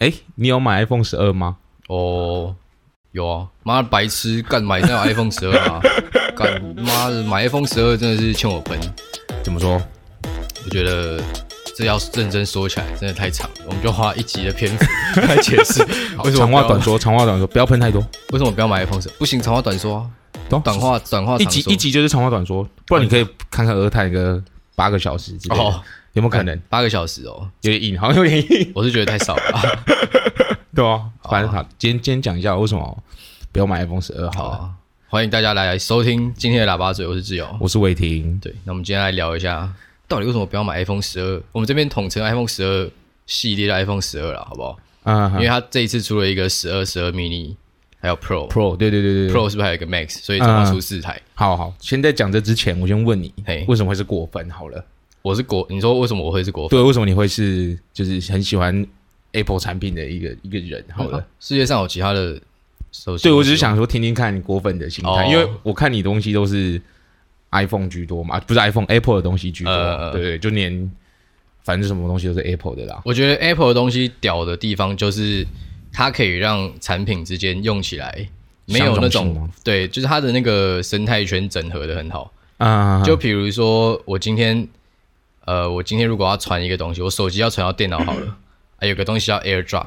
你有买 iPhone 12吗？ 哦，有啊，妈的白痴，干买那有 iPhone 12啊，干妈的买 iPhone 12真的是欠我喷。 怎么说？ 我觉得这要认真说起来真的太长了，我们就花一集的篇幅来解释为什么长话短说，长话短说，不要喷太多。 为什么不要买 iPhone 12？不行，长话短说啊。短话长说， 一集就是长话短说，不然你可以看看俄泰个8个小时之类的，有没有可能 ？8个小时哦， 有点硬，好像有点硬。 我是觉得太少了。 对啊，反正好，今天讲一下为什么不要买 iPhone 12好了。 欢迎大家来收听今天的喇叭嘴，我是志友， 我是伟霆。 对，那我们今天来聊一下，到底为什么不要买 iPhone 12？我们这边统称 iPhone 12系列的 iPhone 12啦，好不好？因为它这一次出了一个12、12 mini。还有 Pro， 对 Pro 是不是还有一个 Max？ 所以总共出4台。 好，先在讲这之前，我先问你，为什么会是果粉？好了， 你说为什么我会是果粉？ 对，为什么你会是就是很喜欢 Apple 产品的一个人？好了， 世界上有其他的手机？ 对，我只是想说听听看果粉的心态，因为我看你东西都是 iPhone 居多嘛，不是 Apple 的东西居多，对，就连反正什么东西都是 Apple 的啦。 我觉得 Apple 的东西屌的地方就是。它可以让产品之间用起来没有那种对，就是它的那个生态圈整合的很好就比如说我今天如果要传一个东西，我手机要传到电脑好了有个东西叫 AirDrop，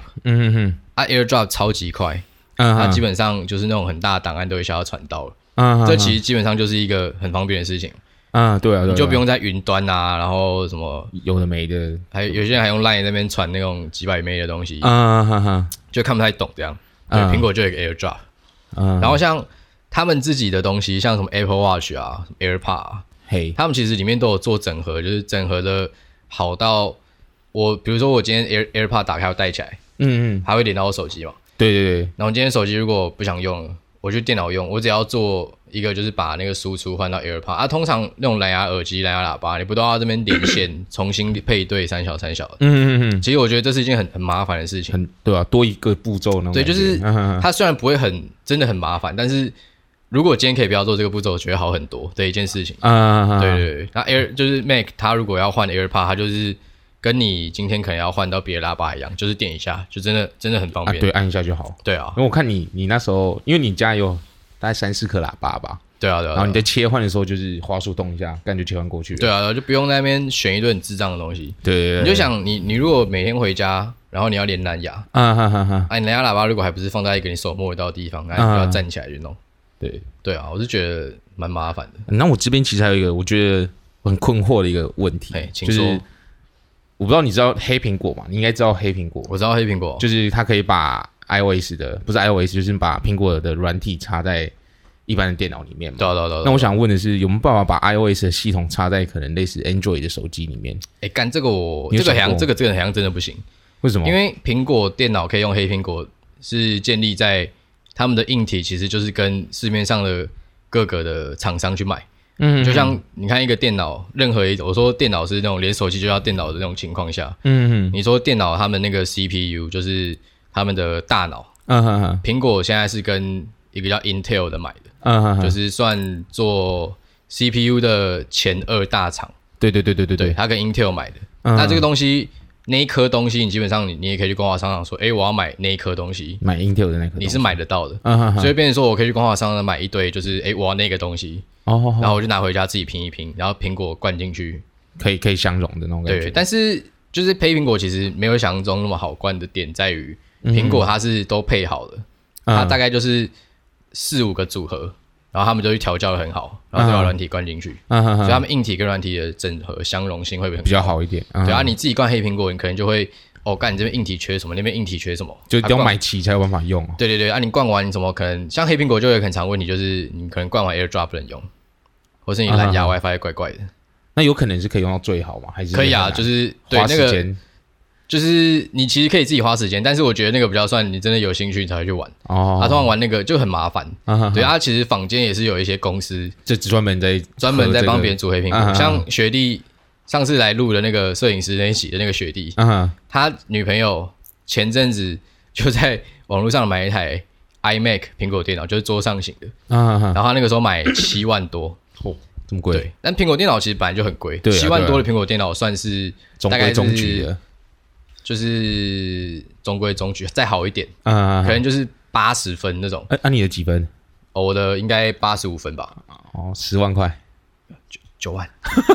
AirDrop 超级快，它基本上就是那种很大的档案都一下要传到了，这其实基本上就是一个很方便的事情。 对啊， 你就不用在云端啊，然后什么有的没的， 还有些人还用 LINE 那边传那种几百 M 的东西，就看不太懂这样。对，苹果就有一个 AirDrop，然后像他们自己的东西，像什么 Apple Watch 啊、AirPod 啊，他们其实里面都有做整合，就是整合的好到比如说我今天 AirPod 打开我戴起来，还会连到我手机嘛。 对。 然后今天手机如果不想用了，我去电脑用，我只要做一个就是把那个输出换到 AirPod 通常那种蓝牙耳机、蓝牙喇叭，你不都要这边连线重新配对三小的？其实我觉得这是一件很麻烦的事情， 对啊，多一个步骤那种。 对，就是它虽然不会真的很麻烦，但是如果今天可以不要做这个步骤，我觉得好很多的一件事情。对。那就是 Mac 它如果要换 AirPod， 它就是跟你今天可能要换到别的喇叭一样，就是点一下，就真的很方便。 对，按一下就好。 对啊， 因为我看你那时候，因为你家有大概3-4颗喇叭吧。 对啊。 然后你在切换的时候，就是滑鼠动一下，干就切换过去了。 对啊，就不用在那边选一堆很智障的东西。 对。 你就想你如果每天回家，然后你要连蓝牙，你蓝牙喇叭如果还不是放在一个你手摸得到的地方，那你就要站起来去弄。对啊，我是觉得蛮麻烦的。 那我这边其实还有一个我觉得很困惑的一个问题，就是我不知道你知道黑苹果吗？你应该知道黑苹果。 我知道黑苹果， 就是它可以把 iOS 的，不是 iOS， 就是把苹果的软体插在一般的电脑里面嘛。对。那我想问的是，有没有办法把 iOS 的系统插在可能类似 Android 的手机里面？ 干这个这个好像真的不行。 为什么？ 因为苹果电脑可以用黑苹果，是建立在他们的硬体其实就是跟市面上的各个的厂商去买。就像你看一个电脑，任何我说电脑是那种连手机就要电脑的那种情况下，你说电脑他们那个 CPU 就是他们的大脑，苹果现在是跟一个叫 Intel 的买的，就是算做 CPU 的前2大厂。对，他跟 Intel 买的。那这个东西那一颗东西，你基本上你也可以去光华商场说，我要买那一颗东西， 买 Intel 的那颗东西， 你是买得到的。所以变成说我可以去光华商场买一堆，就是我要那个东西，然后我就拿回家自己拼一拼，然后苹果灌进去， 可以相容的那种感觉。 对，但是就是配苹果其实没有想象中那么好灌的点在于，苹果它是都配好的，它大概就是4-5个组合。然后他们就去调教的很好，然后再把软体灌进去，所以他们硬体跟软体的整合相容性会比较好一点。 对啊，你自己灌黑苹果，你可能就会干你这边硬体缺什么，那边硬体缺什么， 就要买齐才有办法用。 对，你灌完你怎么可能像黑苹果就有很常问题，就是你可能灌完 AirDrop 不能用，或是你蓝牙 WiFi 怪怪的。 那有可能是可以用到最好吗？还是可以啊？就是对花时间。 就是你其实可以自己花时间，但是我觉得那个比较算你真的有兴趣才会去玩。通常玩那个就很麻烦。对其实坊间也是有一些公司就专门在帮别人煮黑苹果，像学弟上次来录的那个摄影师那一期的那个学弟，他女朋友前阵子就在网络上买一台 iMac 苹果电脑，就是桌上型的，然后他那个时候买7万多。 这么贵？ 对，但苹果电脑其实本来就很贵，7万多的苹果电脑算是大概是中规中矩的。 就是中规中矩，再好一点，可能就是80分那种。 你的几分？ 我的应该85分吧。 10万块 ，9万。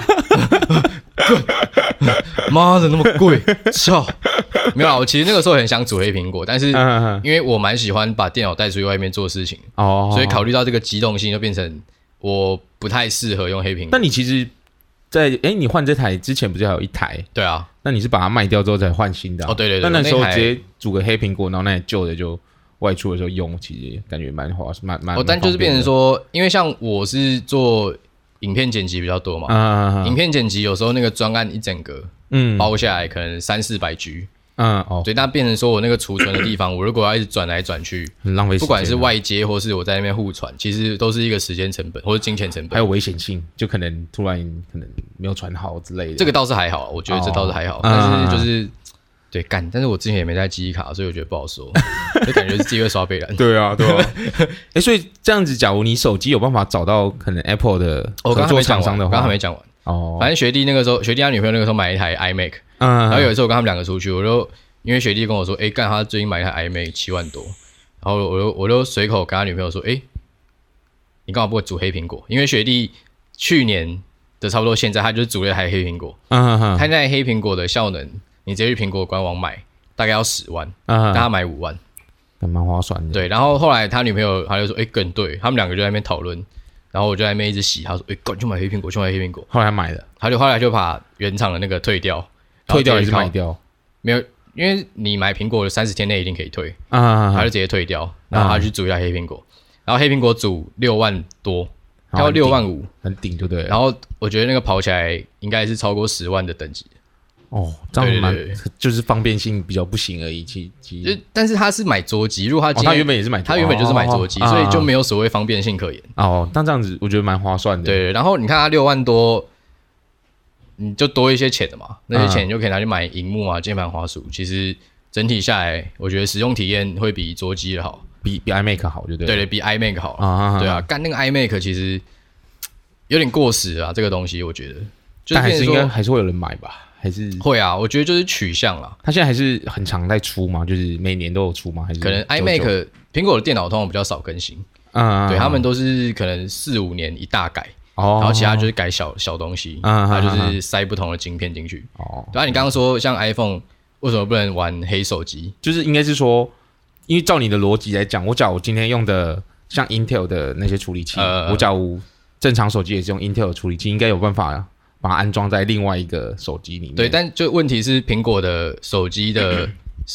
妈的，那么贵，操！没有啦，我其实那个时候很想组黑苹果，但是因为我蛮喜欢把电脑带出去外面做事情，所以考虑到这个机动性，就变成我不太适合用黑苹果。 那你其实你换这台之前不是还有一台？ 对啊， 那你是把它卖掉之后才换新的？ 对。 那时候直接组个黑苹果，然后那台旧的就外出的时候用，其实感觉蛮但就是变成说，因为像我是做影片剪辑比较多嘛，影片剪辑有时候那个专案一整个包下来可能300-400 G，对，那变成说我那个储存的地方，我如果要一直转来转去， 很浪费时间， 不管是外接或是我在那边互传，其实都是一个时间成本或者金钱成本， 还有危险性，就可能突然没有传好之类的。 这个倒是还好，我觉得这倒是还好，但是就是对干，但是我之前也没带记忆卡，所以我觉得不好说，就感觉是自己会刷背蓝。 对啊。所以这样子，假如你手机有办法找到可能 Apple 的合作厂商的话， 刚还没讲完。反正学弟那个时候，学弟他女朋友那个时候买一台 iMac，然后有一次我跟他们2个出去，我就因为学弟跟我说，干他最近买一台 iMac 7万多，然后我就随口跟他女朋友说，你干嘛不会组黑苹果？因为学弟去年的差不多现在，他就是组了一台黑苹果，他那台黑苹果的效能，你直接去苹果官网买，大概要10万，但他买5万， 蛮划算的。 对，然后后来他女朋友他就说，更对，他们2个就在那边讨论。然后我就在那边一直洗，他说：“干就买黑苹果，就买黑苹果。” 后来买了， 他后来就把原厂的那个退掉也是卖掉， 没有，因为你买苹果的30天内一定可以退，他就直接退掉，然后他去组一台黑苹果，然后黑苹果组6万多，要6万5， 很顶，对不对？ 然后我觉得那个跑起来应该是超过10万的等级。 这样就是方便性比较不行而已。 但是他是买桌机，如果他原本也是买， 他原本就是买桌机，所以就没有所谓方便性可言。 那这样子我觉得蛮划算的。 对，然后你看他6万多，你就多一些钱的嘛，那些钱你就可以拿去买萤幕啊、键盘、滑鼠。其实整体下来，我觉得使用体验会比桌机的好， 比 iMac 好，对不对？ 对，比 iMac 好。对啊，干那个 iMac 其实有点过时啊，这个东西我觉得， 但应该还是会有人买吧。还是会啊，我觉得就是取向啦。 它现在还是很常在出吗？就是每年都有出吗？还是可能 iMac 苹果的电脑通常比较少更新，对他们都是可能4-5年一大改，然后其他就是改小东西，它就是塞不同的晶片进去。对啊，你刚刚说像 iPhone 为什么不能玩黑手机？ 就是应该是说，因为照你的逻辑来讲，我今天用的像 Intel 的那些处理器，我假如正常手机也是用 Intel 的处理器，应该有办法把它安装在另外一个手机里面。 对，但就问题是苹果的手机的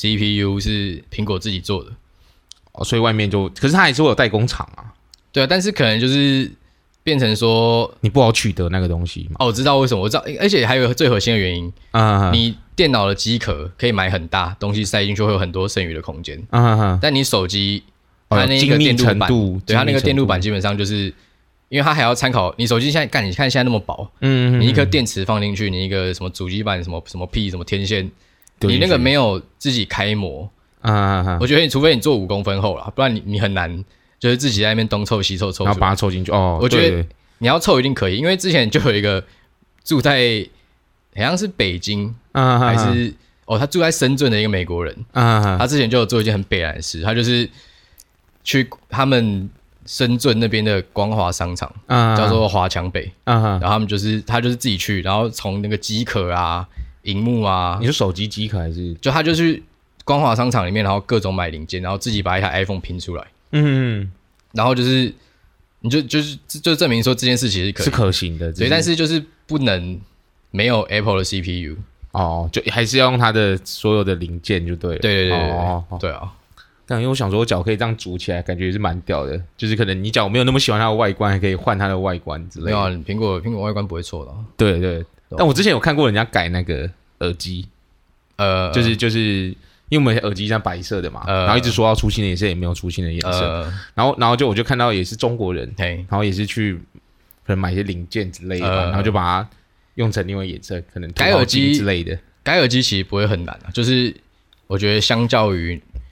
CPU 是苹果自己做的， 所以外面可是它还是会有代工厂啊。 对啊，但是可能就是变成说你不好取得那个东西嘛。 我知道为什么，我知道，而且还有最核心的原因，你电脑的机壳可以买很大，东西塞进去会有很多剩余的空间，但你手机它那个电路板，对它那个电路板基本上就是。因为它还要参考你手机现在你看现在那么薄，你一颗电池放进去，你一个什么主机板什么屁什么天线，你那个没有自己开模，我觉得你除非你做5公分厚啦，不然你很难就是自己在那边东凑西凑， 然后把它凑进去。 我觉得你要凑一定可以，因为之前就有一个住在好像是北京，还是他住在深圳的一个美国人，他之前就有做一件很北蓝的事，他就是去他们。深圳那边的光华商场，叫做华强北，然后他就是自己去，然后从那个机壳啊、萤幕啊， 你是手机机壳还是？ 他就去光华商场里面，然后各种买零件，然后自己把一台 iPhone 拼出来，然后就是你就证明说这件事其实是可行的， 对，但是就是不能没有 Apple 的 CPU， 就还是要用它的所有的零件就对了， 对，对啊。 但因为我想说，我脚可以这样组起来，感觉也是蛮屌的。就是可能你脚没有那么喜欢它的外观，还可以换它的外观之类的。 没有啊，苹果外观不会错的。 对，但我之前有看过人家改那个耳机，就是因为我们耳机像白色的嘛，然后一直说要出新的颜色，也没有出新的颜色。然后我就看到也是中国人，然后也是去可能买一些零件之类的，然后就把它用成另外颜色，可能改耳机之类的。 改耳机其实不会很难啊，就是我觉得相较于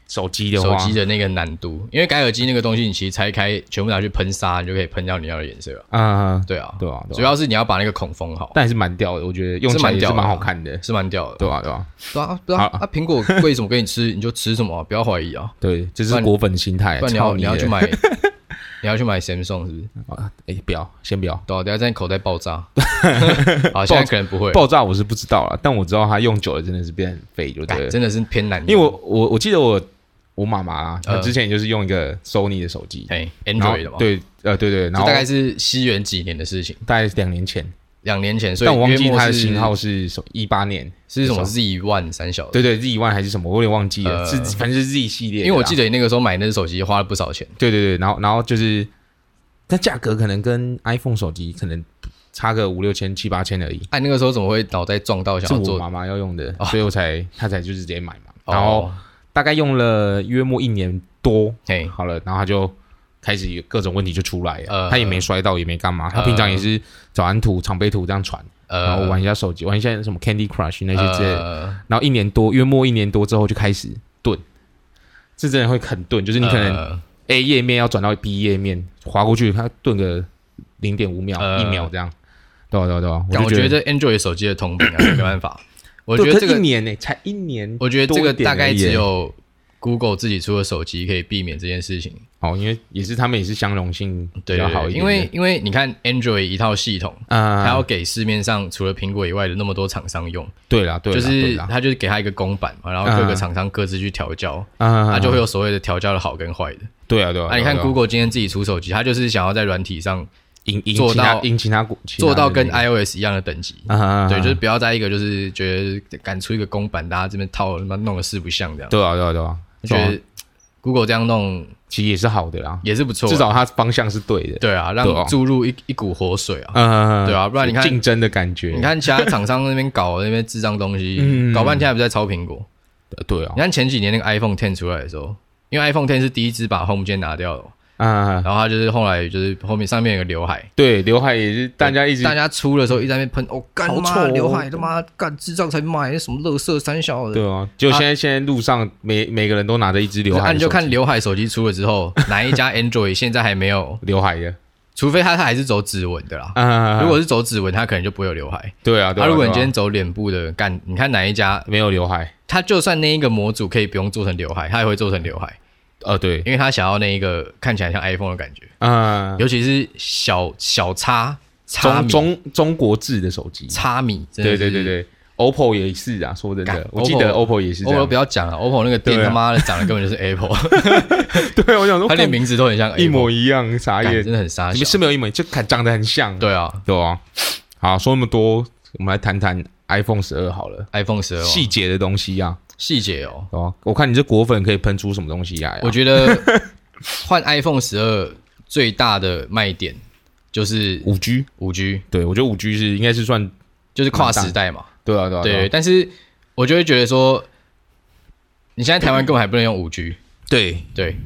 手机的那个难度，因为改耳机那个东西，你其实拆开全部拿去喷砂，你就可以喷到你要的颜色了。对啊，主要是你要把那个孔封好， 但还是蛮屌的，我觉得用起来也是蛮好看的， 是蛮屌的。 对啊， 不知道啊，苹果喂什么给你吃，你就吃什么，不要怀疑啊。 对，这是果粉心态。 不然你要去买，你要去买 Samsung 是不是？ 不要，先不要。 对啊，等下在你口袋爆炸。好，现在可能不会爆炸，我是不知道啦，但我知道它用久了真的是变很废，就对了， 真的是偏难用。 因为我记得我妈妈啦，她之前就是用一个 Sony 的手机 ，Android 的嘛。 对，然后大概是西元几年的事情？ 大概是2年前。 2年前，所以但我忘记它的型号是18年， 是什么 Z1 三小的？ 对 Z1 还是什么，我有点忘记了，反正是 Z 系列。 因为我记得你那个时候买那只手机花了不少钱。 对，然后就是，但价格可能跟 iPhone 手机可能差个5、6千、7、8千而已。 那你那个时候怎么会脑袋撞到想要做？ 是我妈妈要用的，所以她才就是直接买嘛。然后大概用了约莫1年多，好了，然后她就开始有各种问题就出来了。她也没摔到，也没干嘛。她平常也是早安图、长辈图这样传，然后玩一下手机，玩一下什么 Candy Crush 那些之类的。然后约莫1年多之后就开始顿，这真的会很顿，就是你可能 A 页面要转到 B 页面，滑过去它顿个0.5秒、1秒这样。对。 我觉得 Android 手机的通病没办法。我觉得这个 1年才1年， 我觉得这个大概只有 Google 自己出的手机可以避免这件事情。 因为他们也是相容性比较好一点。 因为你看 Android 一套系统，它要给市面上除了苹果以外的那么多厂商用。对啦，就是它就是给它一个公版嘛，然后各个厂商各自去调教，它就会有所谓的调教的好跟坏的。对啊。你看 Google 今天自己出手机，它就是想要在软体上做到跟 iOS 一样的等级。对，就是不要在一个就是觉得赶出一个公版，大家这边套弄得四不像这样。对啊。觉得 Google 这样弄其实也是好的啦， 也是不错， 至少它方向是对的。 对啊，让注入一股活水啊。对啊，不然你看竞争的感觉。 你看其他厂商那边搞那边智障东西，搞半天还不在抄苹果。 对啊， 你看前几年那个 iPhone X 出来的时候，因为 iPhone X 是第一支把 Home 键拿掉的。然后它就是后来就是后面上面有个刘海， 对，刘海也是大家出的时候一直在那边喷，干他妈刘海他妈干智障才买什么垃圾三小的。 对啊，就现在路上每个人都拿着一只刘海， 你就看刘海手机出了之后，哪一家 Android 现在还没有刘海的？ 除非它还是走指纹的啦。如果是走指纹，它可能就不会有刘海。 对啊。 如果你今天走脸部的，你看哪一家没有刘海？ 它就算那一个模组可以不用做成刘海，它也会做成刘海。 对， 因为他想要那一个看起来像 iPhone 的感觉，尤其是小叉中国制的手机， 叉米， 对 ，OPPO 也是啊，说真的，我记得 OPPO 也是这样。 OPPO 不要讲了 ，OPPO 那个店他妈的长得根本就是 Apple， 对，我想说， 他连名字都很像 Apple， 一模一样，傻眼， 真的很傻。 是没有一模，就长得很像。对啊。好，说那么多，我们来谈谈 iPhone 12好了。 iPhone 12 细节的东西啊。 细节我看你这果粉可以喷出什么东西来？ 我觉得换 iPhone 12最大的卖点就是5G。对， 我觉得5G 应该是算就是跨时代嘛。 对啊。 但是我就会觉得说，你现在台湾根本还不能用5G。对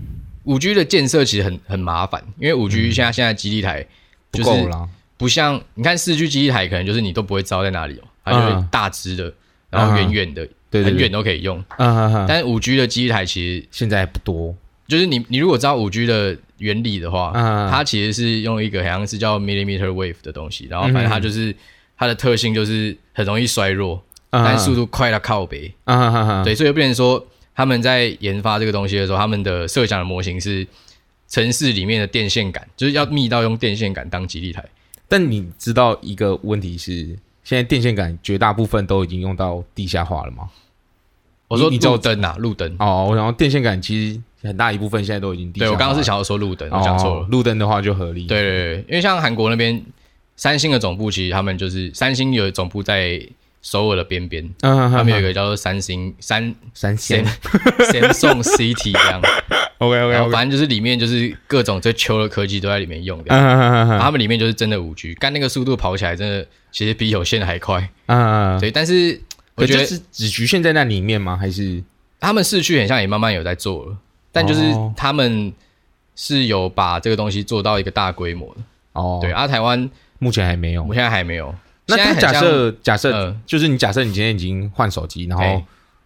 ，5G 的建设其实很麻烦，因为5G 现在基地台就是不像你看4G 基地台，可能就是你都不会知道在哪里它就是大只的，然后远远的。很远都可以用，但是5G 的基地台其实现在不多。 就是你如果知道5G 的原理的话，它其实是用一个好像是叫 millimeter wave 的东西，然后反正它就是它的特性就是很容易衰弱，但速度快到靠北。对，所以就变成说他们在研发这个东西的时候，他们的设想的模型是城市里面的电线杆，就是要密到用电线杆当基地台。 但你知道一个问题是，现在电线杆绝大部分都已经用到地下化了吗？ 我说路灯啊，路灯。 我想电线杆其实很大一部分现在都已经地下化了。 对，我刚刚是想要说路灯，我讲错了。 路灯的话就合理。 对，因为像韩国那边三星的总部，其实他们就是三星有总部在首尔的边边，他们有一个叫做三星 Samsung City 这样。OK， 反正就是里面就是各种最秋的科技都在里面用的。他们里面就是真的5G，干那个速度跑起来真的其实比有线还快。对，但是我觉得是只局限在那里面吗？还是他们市区很像也慢慢有在做了，但就是他们是有把这个东西做到一个大规模的。对，台湾目前还没有， 我现在还没有。 那假设就是假设你今天已经换手机，然后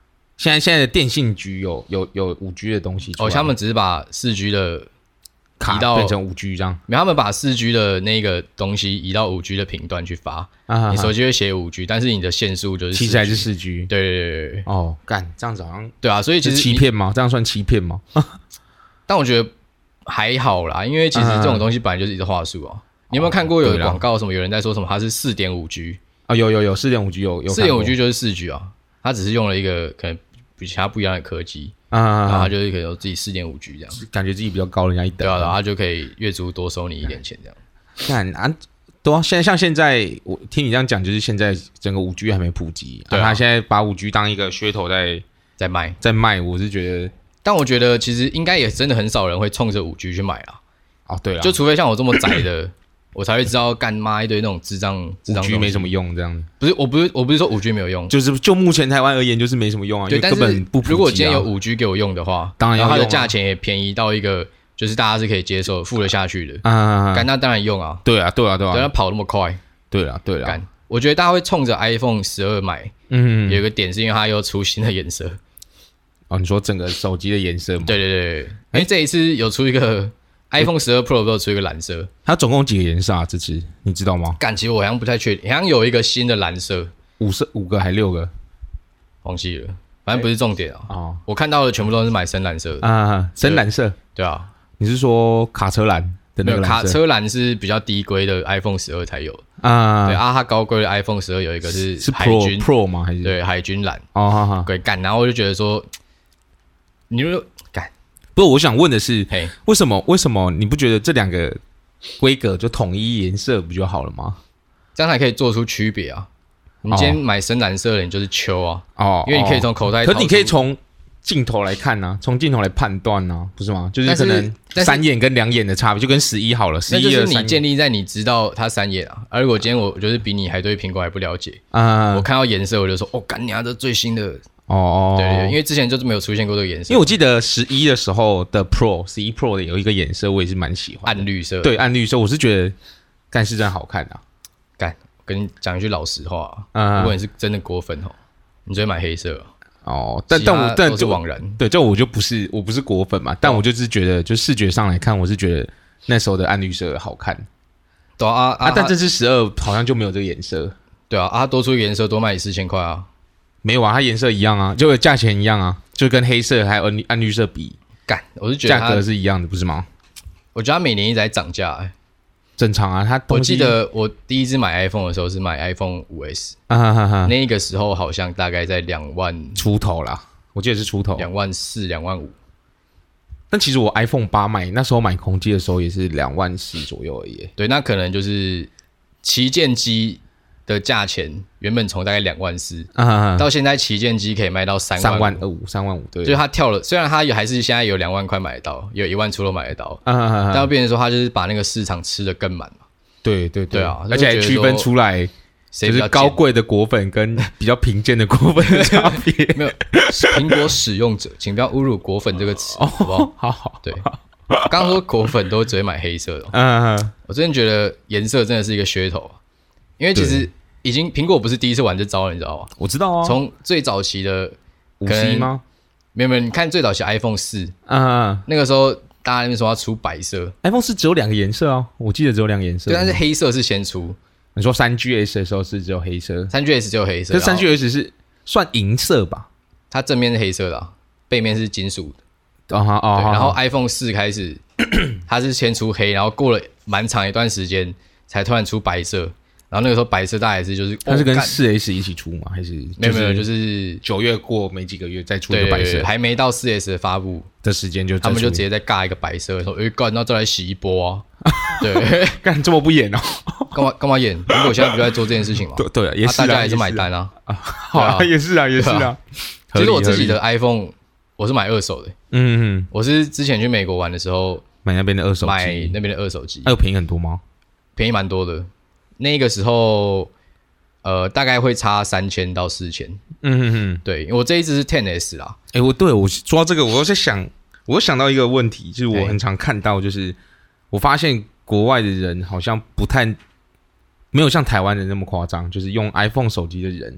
现在的电信局有5G 的东西出来， 他们只是把4G 的卡变成5G 这样， 没有，他们把4G 的那个东西移到5G 的频段去发，你手机会写5G，但是你的线数就是4G， 其实还是4G。 对。 哦，干这样子好像对啊，所以其实欺骗吗？这样算欺骗吗？ 但我觉得还好啦，因为其实这种东西本来就是一个话术啊。你有没有看过有广告什么有人在说什么它是 4.5G 啊？有 4.5G 有 4.5G 就是 4G 啊，它只是用了一个可能比其他不一样的科技。然后他就是可以有自己 4.5G 这样， 感觉自己比较高人家一等， 对啊，然后他就可以月租多收你一点钱这样。 看啊，对啊，现在我听你这样讲，就是现在整个5G 还没普及，他现在把5G 当一个噱头在卖，我是觉得， 但我觉得其实应该也真的很少人会冲着5G 去买啦。 哦，对了， 就除非像我这么宅的。我才会知道干妈一堆那种智障 5G 没什么用这样。 不是，我不是说5G 没有用， 就目前台湾而言就是没什么用啊，因为根本不普及啊。 如果今天有5G 给我用的话， 当然要用啊， 然后它的价钱也便宜到一个就是大家是可以接受、付得下去的，干那当然用啊。 对啊， 它跑那么快， 对了， 干，我觉得大家会冲着 iPhone 12买，有一个点是因为它又出新的颜色。 哦，你说整个手机的颜色吗？ 对，这一次有出一个。iPhone 12 Pro 都出一个蓝色， 它总共几个颜色啊？这次你知道吗？ 其实我好像不太确定，好像有一个新的蓝色 ，5个还6个， 忘记了，反正不是重点啊。我看到的全部都是买深蓝色的啊，深蓝色， 对啊。 你是说卡车蓝的那个蓝色？ 卡车蓝是比较低规的 iPhone 12才有啊。对啊，它高规的 iPhone 12有一个是海军 Pro 吗？还是对海军蓝？ 哦， 对，然后我就觉得说，你就不是，我想问的是， 为什么你不觉得这两个规格就统一颜色不就好了吗？ 这样才可以做出区别啊！你今天买深蓝色的，你就是秋啊，因为你可以从口袋， 可你可以从镜头来看啊，从镜头来判断啊，不是吗？就是可能3眼跟2眼的差别，就跟11好了，11 那就是你建立在你知道它3眼啊。而如果今天我就是比你还对苹果还不了解我看到颜色我就说，干你这最新的。对，因为之前就是没有出现过这个颜色。 因为我记得11的时候的 11 Pro 的有一个颜色，我也是蛮喜欢， 暗绿色。 对，暗绿色，我是觉得干是真好看啊。 跟你讲一句老实话，如果你是真的果粉你就会买黑色但都是枉然。 对，就我不是果粉嘛，但我就是觉得，就视觉上来看，我是觉得那时候的暗绿色好看。 对但这次12好像就没有这个颜色。 对啊，它多出一个颜色，多卖你4000块啊。 没有啊，它颜色一样啊，就价钱一样啊，就跟黑色还有暗绿色比， 我是觉得价格是一样的，不是吗？ 我觉得它每年一直在涨价， 正常啊。我记得我第一次买 iPhone 的时候是买 iPhone 5S，那个时候好像大概在2万出头啦，我记得是出头 ，2万4、2万5。 但其实我 iPhone 8那时候买空机的时候也是2万4左右而已。 对，那可能就是旗舰机的价钱原本从大概2万4，到现在旗舰机可以卖到3万5， 对， 就是它跳了。虽然它还是现在有2万块买得到，有1万出头买得到，但要变成说它就是把那个市场吃得更满嘛。 对啊， 而且还区分出来，就是高贵的果粉跟比较贫贱的果粉的差别。 没有，苹果使用者，请不要侮辱果粉这个词，好不好？ 好， 对。刚刚说果粉都只会买黑色的，我真的觉得颜色真的是一个噱头。因为其实已经苹果不是第一次玩这招了，你知道吗？ 我知道啊， 从最早期的 5C 吗？ 没有，你看最早期 iPhone 4，那个时候大家那边说要出白色 ，iPhone 4只有2个颜色啊，我记得只有2个颜色。 对，但是黑色是先出。 你说3GS 的时候是只有黑色 ，3GS 只有黑色， 可是3GS 是算银色吧？ 它正面是黑色的，背面是金属的。对，然后 iPhone 4开始，它是先出黑，然后过了蛮长一段时间才突然出白色。然后那个时候白色大概是就是它是跟4S 一起出吗？还是没有，就是 9月过没几个月再出一个白色， 对，还没到4S 的发布的时间他们就直接再尬一个白色，说干，那再来洗一波啊！对， 干这么不演哦？ 干嘛演？苹果现在不就在做这件事情吗？ 对，也是大家也是买单啊。 好啊，也是啊。 其实我自己的 iPhone 我是买二手的，我是之前去美国玩的时候买那边的二手机， 买那边的二手机， 有便宜很多吗？ 便宜蛮多的。那个时候，大概会差3000到4000。对，我这一支是 10S 啦。 我说到这个，我想到一个问题，就是我很常看到，就是我发现国外的人好像没有像台湾人那么夸张，就是用 iPhone 手机的人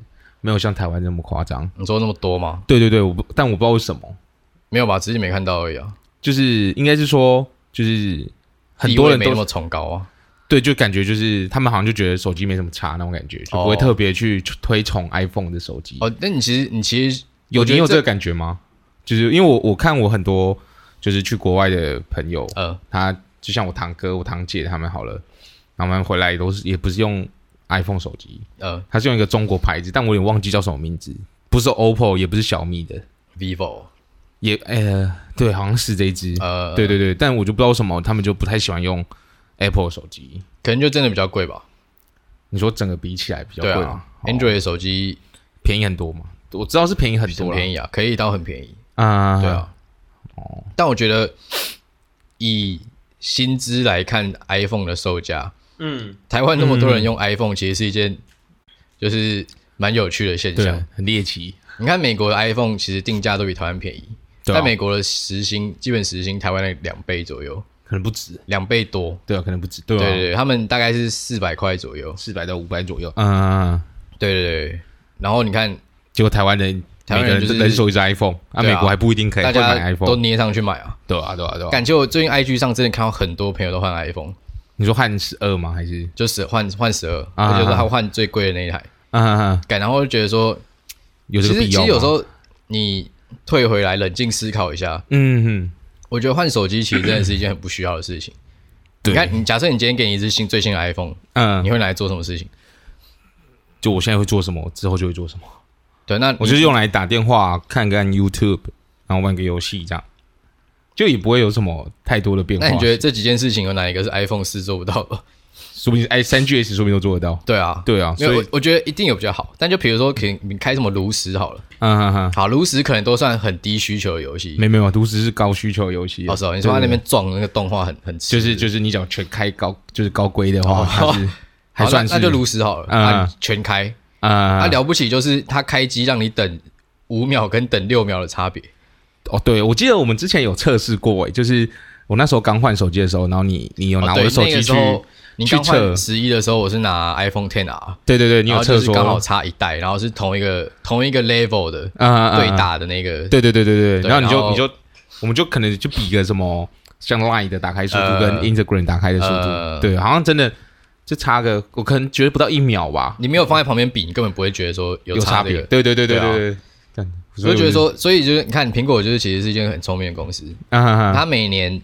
没有像台湾那么夸张。 你说那么多吗？ 对对对，但我不知道为什么。 没有吧，只是没看到而已啊。 就是应该是说，就是很多人都没那么崇高啊。 对，就感觉就是他们好像就觉得手机没什么差那种感觉，就不会特别去推崇 iPhone 的手机。 那你其实你有这个感觉吗？就是因为我看我很多就是去国外的朋友，他就像我堂哥、我堂姐他们好了，然后他们回来也不是用 iPhone 手机，他是用一个中国牌子，但我有点忘记叫什么名字，不是 OPPO 也不是小米的 ，vivo 也对，好像是这一支，对对对，但我就不知道为什么他们就不太喜欢用 Apple 手机， 可能就真的比较贵吧。 你说整个比起来比较贵吗 ？Android 的手机便宜很多嘛？我知道是便宜很多， 很便宜啊，可以到很便宜啊， 对啊。但我觉得以薪资来看 ，iPhone 的售价，台湾那么多人用 iPhone，其实是一件就是蛮有趣的现象， 很猎奇。 你看美国的 iPhone 其实定价都比台湾便宜，在美国的基本时薪台湾的2倍左右。 可能不止 2倍多， 对啊，可能不止， 对对，他们大概是400块左右 ，400到500左右， 对对对。然后你看， 结果台湾人就是人手一只 iPhone， 美国还不一定可以， 大家买 iPhone 都捏上去买啊， 对啊对啊对啊。 感觉我最近 IG 上真的看到很多朋友都换 iPhone， 你说换12吗？还是就是换12，而且说他换最贵的那一台，然后就觉得说有这个必要吗？ 其实有时候你退回来冷静思考一下，我觉得换手机其实真的是一件很不需要的事情。你看，假设你今天给你一只最新的 iPhone， 你会拿来做什么事情？ 就我现在会做什么，之后就会做什么。 对，那我就是用来打电话、看 YouTube， 然后玩个游戏，这样就也不会有什么太多的变化。 那你觉得这几件事情有哪一个是 iPhone 4做不到的？ 说不定3GS 说不定都做得到。 对啊， 对啊，所以我觉得一定有比较好。但就比如说，可能你开什么炉石好了，好，炉石可能都算很低需求的游戏。 没有，炉石是高需求的游戏。 哦，是哦，你说他那边撞那个动画很就是你只要全开就是高规的话，还算是那就炉石好了，全开了不起就是它开机让你等5秒跟等6秒的差别。 哦，对，我记得我们之前有测试过，就是我那时候刚换手机的时候，然后你有拿我的手机去。 你刚换11的时候，我是拿 iPhone XR， 对对对，你有测说刚好差一代，然后是同一个 level 的对打的那个， 对对对对对，然后我们就可能就比个什么像 Line 的打开速度跟 Instagram 打开的速度，对，好像真的就差个我可能觉得不到1秒吧。 你没有放在旁边比，你根本不会觉得说有差别。 对对对对对对， 所以觉得说，所以就是你看苹果就是其实是一间很聪明的公司，它每年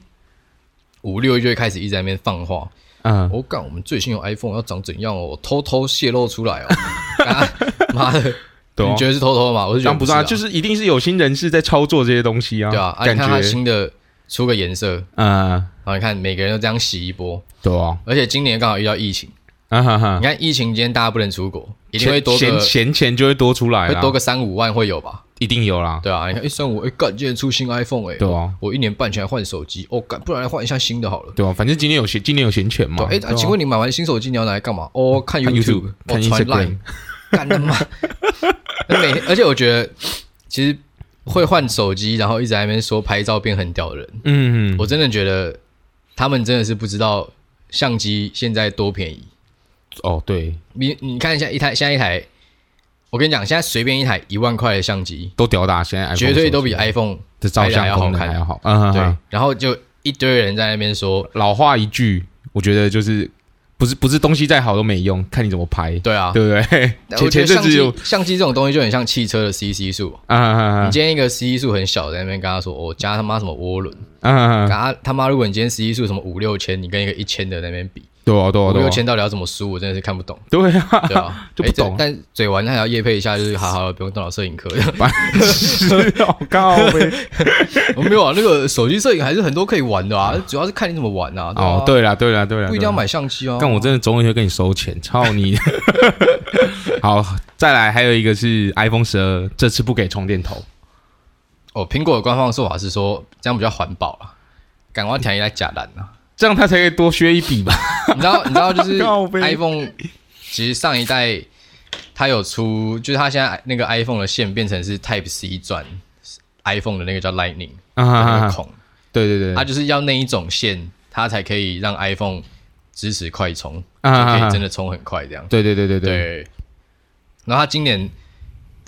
5、6月开始一直在那边放话。我们最新的 iPhone 要长怎样哦？我偷偷泄露出来哦！妈的，你觉得是偷偷吗？我是觉得不是啊，就是一定是有心人士在操作这些东西啊。 对啊，感觉它新的出个颜色，然后你看每个人都这样洗一波， 对啊。 而且今年刚好遇到疫情，你看疫情今天大家不能出国，一定会多个闲钱就会多出来， 会多个3、5万会有吧？ 一定有啦， 对啊，你看3、5，干，今年出新 iPhone 对啊， 我1年半前换手机，干，不然来换一下新的好了， 对啊，反正今年有闲钱嘛， 请问你买完新手机你要拿来干嘛？看 YouTube， 看传 Line， 干他妈！每天，而且我觉得其实会换手机，然后一直在那边说拍照变很屌的人，我真的觉得他们真的是不知道相机现在多便宜。 哦，对， 你看现在一台。我跟你讲，现在随便一台1万块的相机都屌打，现在 iPhone 绝对都比 iPhone 的照相功能还要好。 对，然后就一堆人在那边说， 老话一句，我觉得就是不是东西再好都没用，看你怎么拍。 对啊， 对不对？ 我觉得相机这种东西就很像汽车的 CC 数。你今天一个 CC 数很小，在那边跟他说，我加他妈什么涡轮，他妈如果你今天 CC 数什么5、6千，你跟一个1000的那边比。 对啊，5、 6千到底要怎么输？我真的是看不懂。 对啊，就不懂。 但嘴完他还要业配一下，就是好好的不用动脑摄影课。 好高呗！ 我没有啊，那个手机摄影还是很多可以玩的啊，主要是看你怎么玩啊。 哦，对啦， 不一定要买相机啊。 但我真的总有一天跟你收钱，操你！好，再来还有一个是 iPhone 12，这次不给充电头。 苹果的官方说法是说这样比较环保啦，赶快填一来假蓝啊。 这样他才可以多削一笔吧？ 你知道就是 iPhone 其实上一代它有出，就是它现在那个 iPhone 的线变成是 Type C 转 iPhone 的那个叫 Lightning 那个孔，对对对，它就是要那一种线，它才可以让 iPhone 支持快充，就可以真的充很快这样。 对对对对对。 然后它今年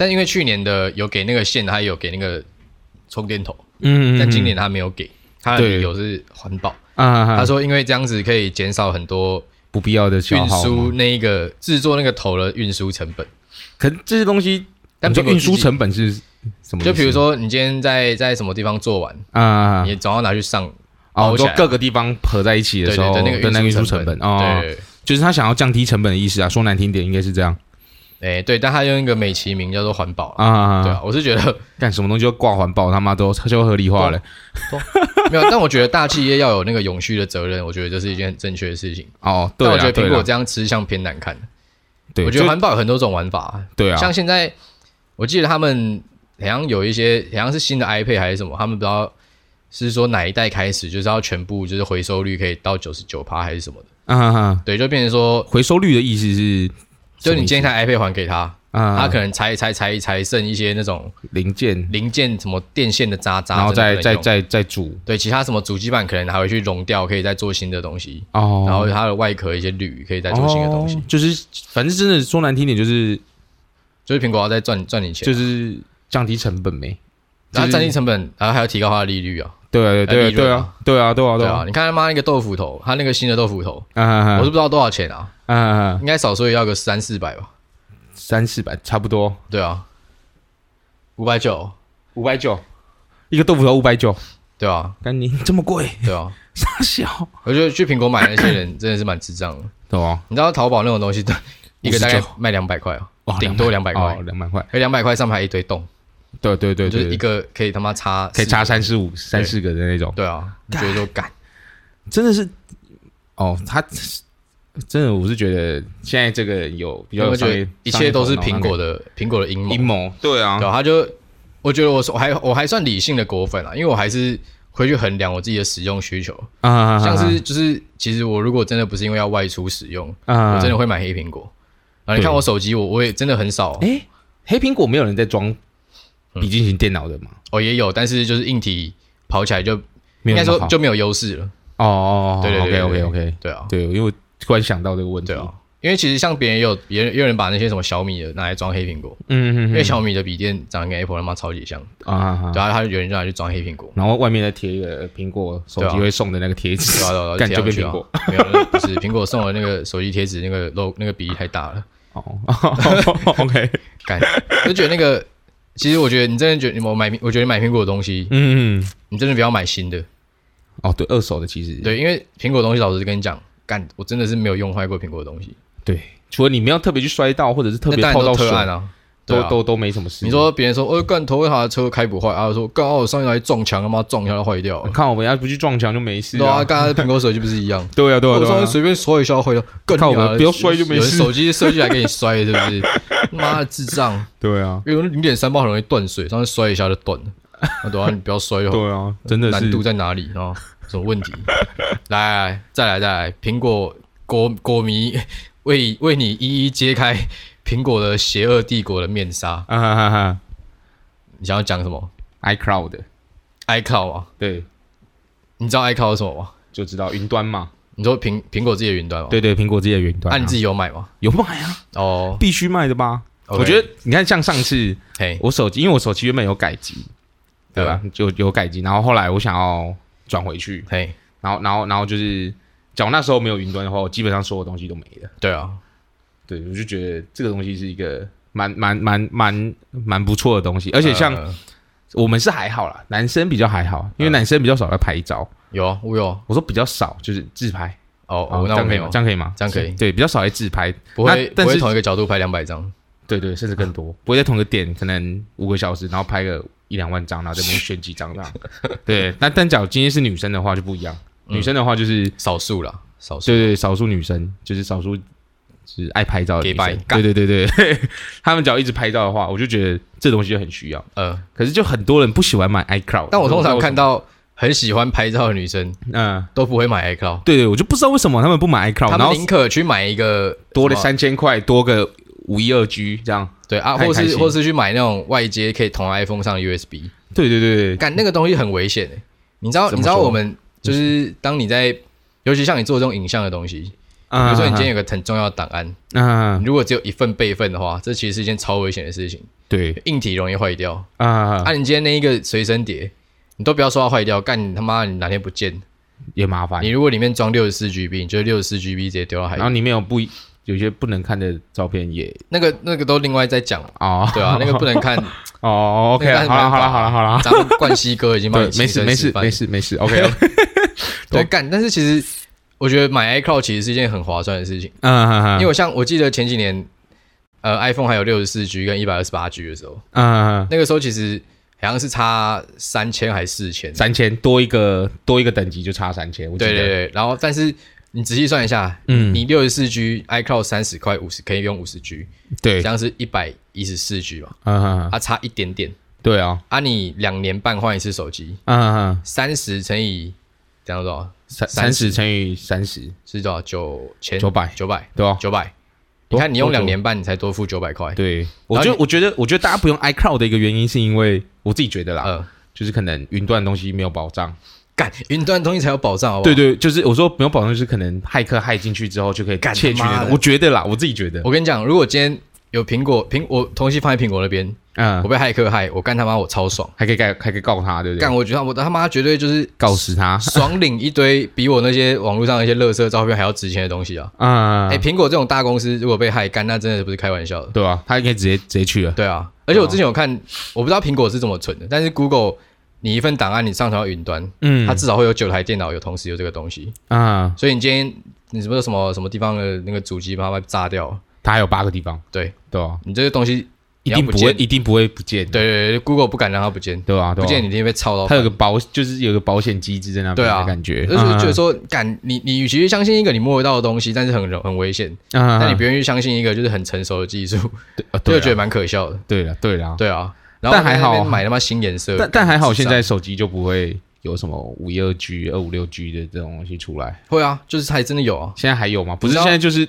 但因为去年的有给那个线，他也有给那个充电头，但今年他没有给，他的理由是环保。他说因为这样子可以减少很多不必要的消耗， 运输那个制作那个头的运输成本。 可是这些东西，但运输成本是什么？ 就比如说你今天在什么地方做完你总要拿去上。 就各个地方合在一起的时候的那个运输成本对， 就是他想要降低成本的意思啊。说难听点，应该是这样。 对，但他用一个美其名叫做环保对啊，我是觉得干什么东西就挂环保，他妈都就合理化了。 没有，但我觉得大企业要有那个永续的责任，我觉得这是一件很正确的事情。 对， 但我觉得苹果这样吃相偏难看。对，我觉得环保有很多种玩法。 对啊， 像现在我记得他们好像有一些好像是新的 iPad 还是什么，他们不知道。是说哪一代开始就是要全部就是回收率可以到 99% 还是什么的对，就变成说回收率的意思是， 就你今天一台 iPad 还给他他可能才剩一些那种零件什么电线的渣， 然后再煮， 对，其他什么主机板可能还会去熔掉，可以再做新的东西然后它的外壳一些铝可以再做新的东西就是反正真的说难听点就是苹果要再赚你钱就是降低成本没， 然后降低成本，然后还要提高它的利率对啊！ 你看他妈那个豆腐头，他那个新的豆腐头，我是不知道多少钱应该少说也要个300-400吧 ，300-400差不多。 对啊，590， 一个豆腐头590， 对啊， 干你这么贵， 对啊， 傻小。 我觉得去苹果买那些人真的是蛮智障的， 对啊。 你知道淘宝那种东西，一个大概卖200块顶多200块 ，200块， 而200块上面还一堆洞。 对， 就是一个可以他妈插 3-4个的那种。 对啊，觉得都干， 真的是他真的我是觉得现在这个有比较一切都是苹果的阴谋。 对啊， 我觉得我还算理性的果粉因为我还是会去衡量我自己的使用需求像是就是其实我如果真的不是因为要外出使用我真的会买黑苹果你看我手机我也真的很少黑苹果没有人在装笔记型电脑的嘛？ 也有，但是就是硬体跑起来就应该说就没有优势了。对 ，OK， 对啊， 对，因为我突然想到这个问题。 对啊，因为其实像别人也有人把那些什么小米的拿来装黑苹果，因为小米的笔电长得跟 Apple 他妈超级像对啊，他有人就拿去装黑苹果， 然后外面再贴一个苹果手机会送的那个贴纸， 干就变苹果。 没有，不是苹果送的那个手机贴纸，那个比例太大了。 OK， 干，就觉得那个。其实我觉得你真的觉得我觉得买苹果的东西，你真的不要买新的。 对，二手的其实对，因为苹果的东西，老实跟你讲，我真的是没有用坏过苹果的东西。 对，除了你没有特别去摔到，或者是特别泡到水都没什么事。 你说别人说干头他的车开不坏说干我上一台撞墙，他妈撞一下就坏掉了。 看我们要不去撞墙就没事。 对啊，刚才苹果手机不是一样？ 对啊， 我上次随便摔一下坏掉，看我们不要摔就没事。 手机设计来给你摔，是不是？妈的智障！ 对啊， 因为0.3磅很容易断水，上次摔一下就断了。对啊，你不要摔对啊，真的是难度在哪里什么问题？来，再来，苹果果迷为你一一揭开苹果的邪恶帝国的面纱你想要讲什么 ？iCloud 啊？ 对， 你知道 iCloud 是什么吗？ 就知道云端嘛。 你说苹果自己的云端吗？ 对，苹果自己的云端。 你自己有买吗？ 有买啊。必须卖的吧？我觉得你看，像上次我手机，因为我手机原本有改机，对吧？就有改机，然后后来我想要转回去，然后就是，假如那时候没有云端的话，我基本上所有东西都没了。 对啊， 对，我就觉得这个东西是一个蛮不错的东西，而且像我们是还好啦，男生比较还好，因为男生比较少在拍照。 有啊，我有。 我说比较少，就是自拍。 那我没有， 这样可以吗？ 这样可以。 对，比较少在自拍， 不会同一个角度拍200张。 对，甚至更多，不会在同一个点，可能5个小时，然后拍个1-2万张，然后在那边选几张这样。对，但假如今天是女生的话就不一样，女生的话就是少数啦，少数。 对，少数女生就是少数就是爱拍照的女生。对，他们只要一直拍照的话，我就觉得这东西就很需要。可是就很多人不喜欢买 iCloud， 但我通常看到很喜欢拍照的女生，都不会买 iCloud。 对，我就不知道为什么他们不买 iCloud， 他们宁可去买一个多了3000块，多个512G 这样。 对啊，或是去买那种外接可以同 iPhone 上 USB。 对， 干那个东西很危险你知道我们就是当你在，尤其像你做这种影像的东西，比如说你今天有个很重要的档案，如果只有一份备份的话，这其实是一件超危险的事情。 对， 硬体容易坏掉啊。你今天那一个随身碟，你都不要说它坏掉，干你他妈你哪天不见也麻烦。 你如果里面装64GB， 你就64GB 直接丢到海里， 然后里面有些不能看的照片也那个都另外再讲哦，对啊，那个不能看哦。OK， 好了， 咱们冠希哥已经帮你没事 ，OK。 对，干，但是其实我觉得买 iCloud 其实是一件很划算的事情，因为我记得前几年iPhone 还有64G 跟128G 的时候，那个时候其实好像是差3000还是4000， 多一个等级就差3000， 对，然后但是。你仔细算一下，你64G iCloud 30块50可以用50G， 对， 这样是114G 嘛，差一点点， 对啊， 你2年半换一次手机，30乘以这样多少 ？30乘以30 是多少 ？900， 对啊，900。你看你用2年半，你才多付900块。 对，我觉得大家不用 iCloud 的一个原因是因为我自己觉得啦，就是可能云端的东西没有保障。 干云端的东西才有保障，好不好？ 对，就是我说没有保障，就是可能骇客骇进去之后就可以窃取那种。我觉得啦，我自己觉得。 我跟你讲，如果今天有我东西放在苹果那边，我被骇客害，我干他妈我超爽， 还可以告他，对不对？ 干，我觉得我他妈绝对就是告死他， 爽领一堆比我那些网络上那些垃圾照片还要值钱的东西啊！苹果这种大公司如果被害干，那真的不是开玩笑的， 对啊，他应该直接去了。 对啊，而且我之前有看，我不知道苹果是怎么存的，但是 Google。你一份档案你上传到云端，它至少会有9台电脑同时有这个东西所以你今天你什么地方的那个主机把它炸掉， 它还有8个地方， 对啊， 你这个东西一定不会不见， 对 Google 不敢让它不见， 对啊， 不见你一定被抄到， 它有个就是有个保险机制在那边的感觉， 就是觉得说干你与其相信一个你摸得到的东西，但是很危险，但你不愿意相信一个就是很成熟的技术，就觉得蛮可笑的，对啊。 但还好买他妈新颜色， 但还好现在手机就不会有什么512G、256G 的这种东西出来。 会啊，就是它还真的有啊。 现在还有吗？不是现在就是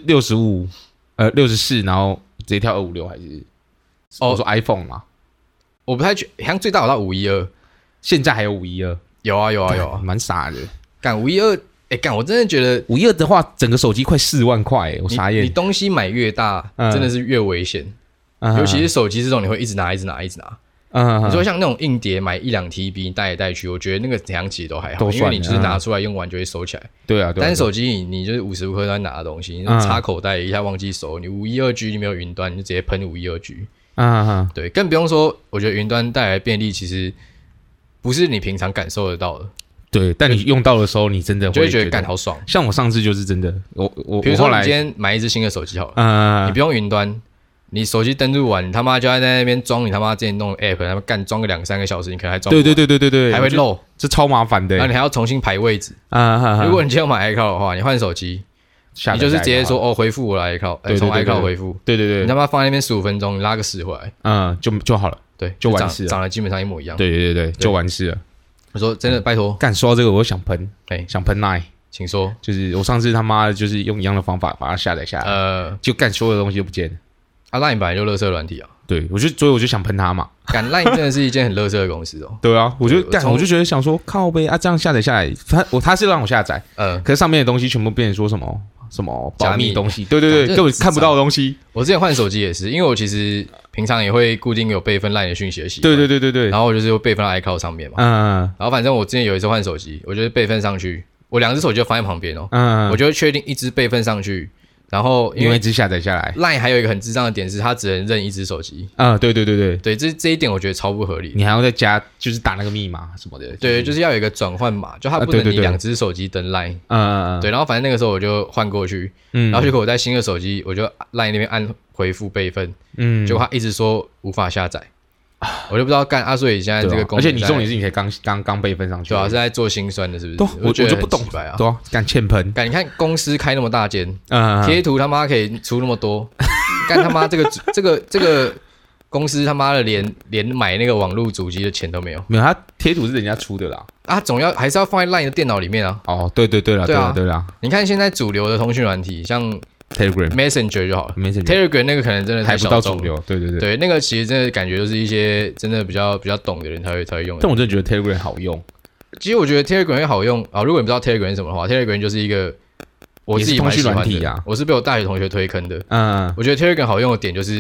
64，然后直接跳256还是？我说 iPhone 嘛， 我不太确，好像最大有到512， 现在还有512。 有啊， 蛮傻的。 干512，干我真的觉得 512的话，整个手机快4万块，我傻眼。 你东西买越大，真的是越危险。尤其是手机这种，你会一直拿。你说像那种硬碟买1-2TB 带来带去，我觉得那个怎样其实都还好，因为你就是拿出来用完就会收起来。 对啊。 但是手机你就是无时无刻都在拿的东西，你插口袋一下忘记收，你512G 你没有云端，你就直接喷512G。对，更不用说，我觉得云端带来的便利其实不是你平常感受得到的。 对，但你用到的时候，你真的会觉得干好爽。 像我上次就是真的，我比如说你今天买一只新的手机好了，你不用云端。你手机登录完，你他妈就要在那边装你他妈之前弄的 app， 他妈干装个2-3个小时，你可能还装不完。对，还会漏， 这超麻烦的。 然后你还要重新排位置。如果你今天要买 iCloud 的话，你换手机，你就是直接说回复我来 iCloud， 从 iCloud 回复。 对， 你他妈放在那边15分钟，你拉个10回来， 就好了。 对， 就完事了， 长得基本上一模一样。 对，就完事了。 我说真的，拜托， 干说到这个，我又想喷Line， 请说。 就是我上次他妈就是用一样的方法把它下载下来，就干所有的东西都不见了。 Line 本来就垃圾软体啊， 对，所以我就想喷他嘛。 干 Line 真的是一件很垃圾的公司哦。 对啊，我就觉得想说靠背啊，这样下载下来，他是让我下载，可是上面的东西全部变成说什么保密东西，对，根本看不到的东西。 我之前换手机也是，因为我其实平常也会固定有备份 Line 的讯息的习惯， 对， 然后我就是备份到 iCloud 上面嘛，然后反正我之前有一次换手机，我就是备份上去，我2只手机就放在旁边哦，我就会确定一只备份上去。然后因为一直下载下来 ，Line 还有一个很智障的点是，它只能认一只手机。 对， 这一点我觉得超不合理。 你还要再加，就是打那个密码什么的。 对，就是要有一个转换码，就它不能你2只手机登 Line。对，然后反正那个时候我就换过去，然后结果我在新的手机，我就 Line 那边按回复备份，结果它一直说无法下载。我就不知道干所以现在这个功能， 而且你重点是你才刚备份上去， 对啊，是在做心酸的，是不是？ 我就不懂啊，对啊，干欠喷， 干你看公司开那么大间，贴图他妈可以出那么多，干他妈这个公司他妈的连买那个网络主机的钱都没有， 他贴图是人家出的啦， 还是要放在 LINE 的电脑里面啊。 哦，对啦， 你看现在主流的通讯软体像。 Telegram Messenger 就好了 ，Telegram 那个可能真的还不到主流， 对，那个其实真的感觉就是一些真的比较懂的人才会用的。 但我真的觉得 Telegram 好用。 其实我觉得 Telegram 会好用啊，如果你不知道 Telegram 是什么的话 ，Telegram 就是一个我自己蛮喜欢的，我是被我大学同学推坑的。我觉得 Telegram 好用的点就是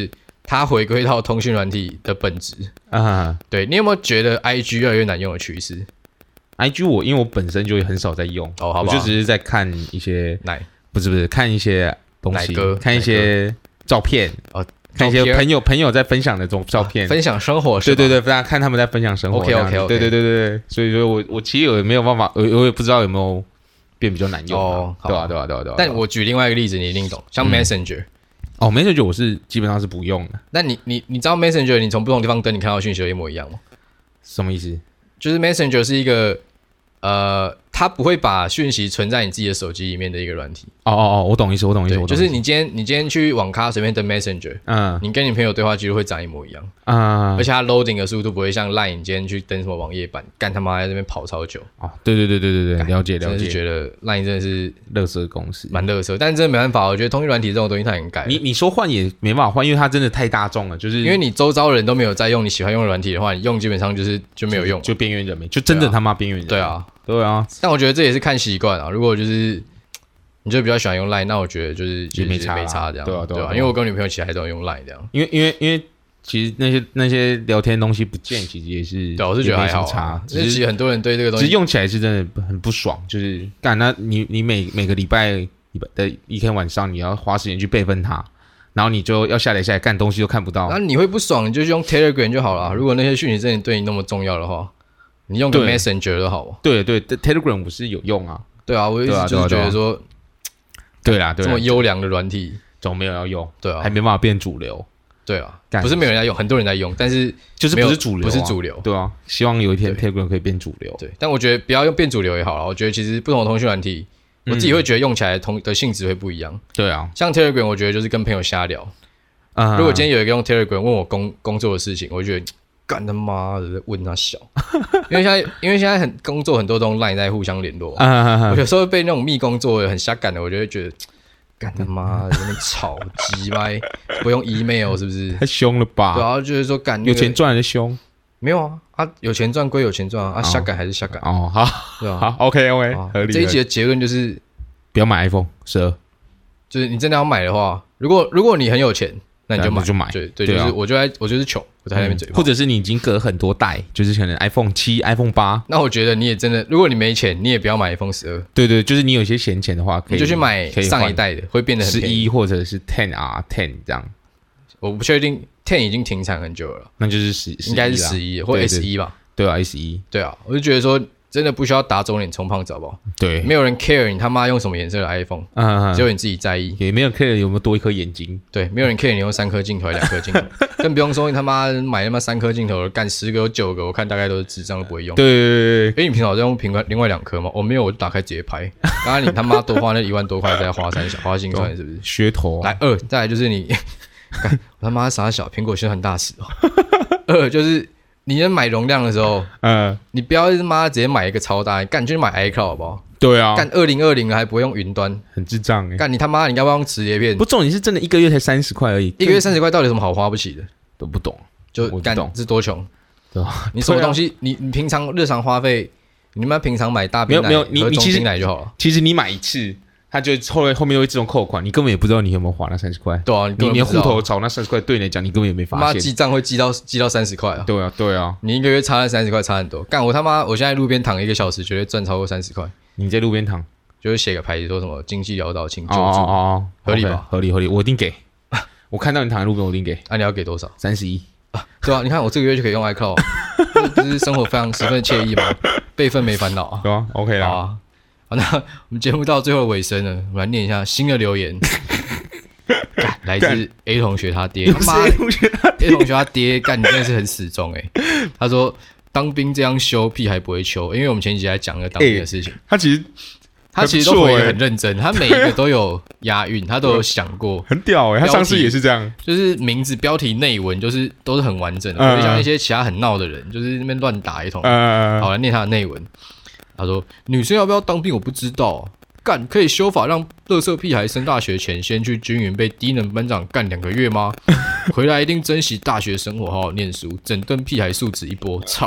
它回归到通讯软体的本质啊。对，你有没有觉得 IG 越来越难用的趋势 ？IG 因为我本身就很少在用， 好我就只是在看一些不是看一些东西，看一些照片看一些朋友在分享的这种照片， 分享生活是吧？ 对，大家看他们在分享生活。 OK， 对，所以说我其实没有办法，我也不知道有没有变比较难用对啊。 但我举另外一个例子，你一定懂，像 Messenger。Messenger 我是基本上是不用的。 那你知道 Messenger 你从不同地方登，你看到讯息都一模一样吗？ 什么意思？ 就是 Messenger 是一个它不会把讯息存在你自己的手机里面的一个软体。 我懂意思。 就是你今天去网咖随便登 Messenger， 你跟你朋友对话记录会长一模一样而且它 loading 的速度不会像 Line 你今天去登什么网页版，干他妈在这边跑超久。 对，了解。真的是觉得 Line 真的是垃圾公司， 蛮垃圾，但是真的没办法，我觉得通讯软体这种东西它很改。 你说换也没办法换，因为它真的太大众了，就是因为你周遭人都没有在用你喜欢用的软体的话，你用基本上就没有用， 就边缘人就真的他妈边缘人。对啊， 但我觉得这也是看习惯啊。如果就是你就比较喜欢用 Line， 那我觉得就是没差这样。对啊，因为我跟女朋友其实还都用 Line 这样。 因为其实那些聊天东西不见，其实也是对，我是觉得还好差。其实很多人对这个东西， 其实用起来是真的很不爽。就是干那你每个礼拜的一天晚上，你要花时间去备份它，然后你就要下载干东西都看不到。 那你会不爽，你就用 Telegram 就好了。如果那些讯息真的对你那么重要的话。你用个 Messenger 都好。对 ，Telegram 我是有用啊。 对啊，我一直就是觉得说， 对啦， 这么优良的软体， 总没有要用。 对啊， 还没办法变主流。 对啊，不是没有人在用，很多人在用，但是就是不是主流， 不是主流。 对啊，希望有一天 Telegram 可以变主流。 对，但我觉得不要用变主流也好了。我觉得其实不同的通讯软体，我自己会觉得用起来的性质会不一样。 对啊，像 Telegram 我觉得就是跟朋友瞎聊。如果今天有一个用 Telegram 问我工作的事情，我就觉得。干他妈的问他小，因为现在工作很多都用 Line 在互相联络，我有时候被那种密工作很瞎干的，我就会觉得干他妈的在那边吵鸡掰，不用 email 是不是？ 太凶了吧？ 对啊，就是说干有钱赚还是凶？ 没有啊，有钱赚归有钱赚啊，瞎干还是瞎干好，对啊，好 OK 合理。 这一集的结论就是不要买 iPhone 12， 就是你真的要买的话，如果你很有钱。那你就买，对，就是我就是穷，我在那边嘴炮， 或者是你已经隔很多代，就是可能 iPhone 7、iPhone 8。 那我觉得你也真的，如果你没钱，你也不要买 iPhone 12。 对，就是你有一些闲钱的话， 你就去买上一代的，会变得很便宜 ，11或者是 10R、10这样。 我不确定10已经停产很久了， 那就是应该是11或 S1 吧？ 对啊 ，S1。 对啊，我就觉得说。真的不需要打肿脸充胖子好不好？ 对， 没有人 care 你他妈用什么颜色的 iPhone，只有你自己在意。 也没有 care 有没有多一颗眼睛。 对，没有人 care 你用3颗镜头还是2颗镜头，更不用说你他妈买他妈3颗镜头，干10个有9个，我看大概都是智障都不会用。 对。 你平常在用另外2颗吗？我没有，我就打开直接拍。刚刚你他妈多花那1万多块再花心酸是不是？ 噱头。 来再来就是你，我他妈傻小，苹果宣传大使哦。就是。你在买容量的时候，你不要他妈直接买一个超大，干就去买 iCloud 好不好？ 对啊， 干2020了还不会用云端， 很智障哎！ 干你他妈，你要不要用磁碟片？ 不，重点是真的1个月才30块而已 ，1个月30块到底有什么好花不起的？ 都不懂， 就干是多穷，对吧？你什么东西，你平常日常花费，你们平常买大冰奶和中冰奶就好了。 其实你买一次。它就后面会自动扣款，你根本也不知道你有没有花那30块。 对啊， 你连户头找那30块，对你来讲你根本也没发现。 妈记账会记到30块啊！ 对啊， 你1个月差那30块差很多。干我他妈，我现在路边躺1个小时，绝对赚超过30块。 你在路边躺， 就是写个牌子说什么经济潦倒，请救助。合理吧？ 合理，我一定给。我看到你躺在路边，我一定给。 你要给多少 ？31。 对啊，你看我这个月就可以用 iCloud， 就是生活非常十分惬意嘛，备份没烦恼啊。 对啊 ，OK 啦。 好，那我们节目到最后的尾声了，我们来念一下新的留言。来自 A 同学他爹， 妈 A 同学他爹，干你真的是很死忠他说当兵这样修屁还不会修，因为我们前几集在讲那个当兵的事情。 他其实都回得很认真，他每一个都有押韵，他都有想过， 很屌他上次也是这样， 就是名字、标题、内文，就是都是很完整的，不会像一些其他很闹的人，就是那边乱打一通。好，来念他的内文。他说：“女生要不要当兵我不知道，干可以修法让垃圾屁孩升大学前先去军营被低能班长干2个月吗？回来一定珍惜大学生活，好好念书，整顿屁孩素质一波，操！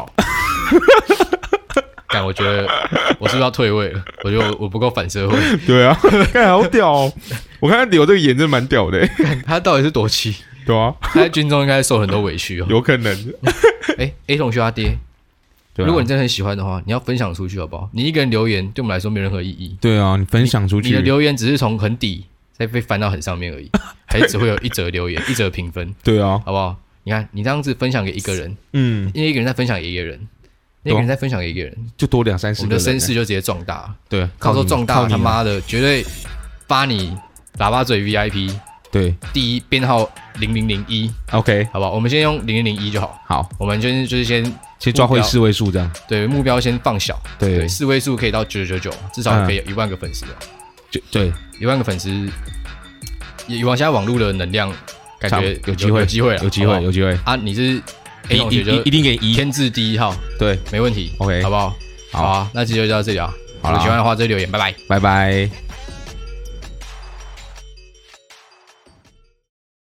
干，我觉得我是不是要退位了？我觉得我不够反社会。 对啊，干好屌哦！我看他留这个眼真的蛮屌的。 他到底是多气？ 对啊， 他在军中应该受很多委屈哦。 有可能。 A 同学他爹， 对啊， 如果你真的很喜欢的话，你要分享出去好不好？你一个人留言对我们来说没有任何意义。 对啊，你分享出去， 你的留言只是从很底再被翻到很上面而已，还是只会有一则留言、一则评分。 对啊， 好不好？你看，你这样子分享给一个人，因为一个人再分享给一个人，那个人再分享给一个人， 就多2、3、4个人， 我们的声势就直接壮大。 对， 到时候壮大，他妈的绝对发你喇叭嘴 VIP。 对， 第一编号0001 ，OK， 好不好？我们先用0001就好。 好， 我们就是先抓回4位数这样。 对，目标先放小。对，4位数可以到999，至少可以有1万个粉丝哦。 对 ，1万个粉丝，以往现在网络的能量，感觉有机会， 有机会啊！你是 A 同学就一定给你天字第1号， 对， 没问题。 OK， 好不好？好啊，那今天就到这里啊。如果喜欢的话，再留言，拜拜， 拜拜。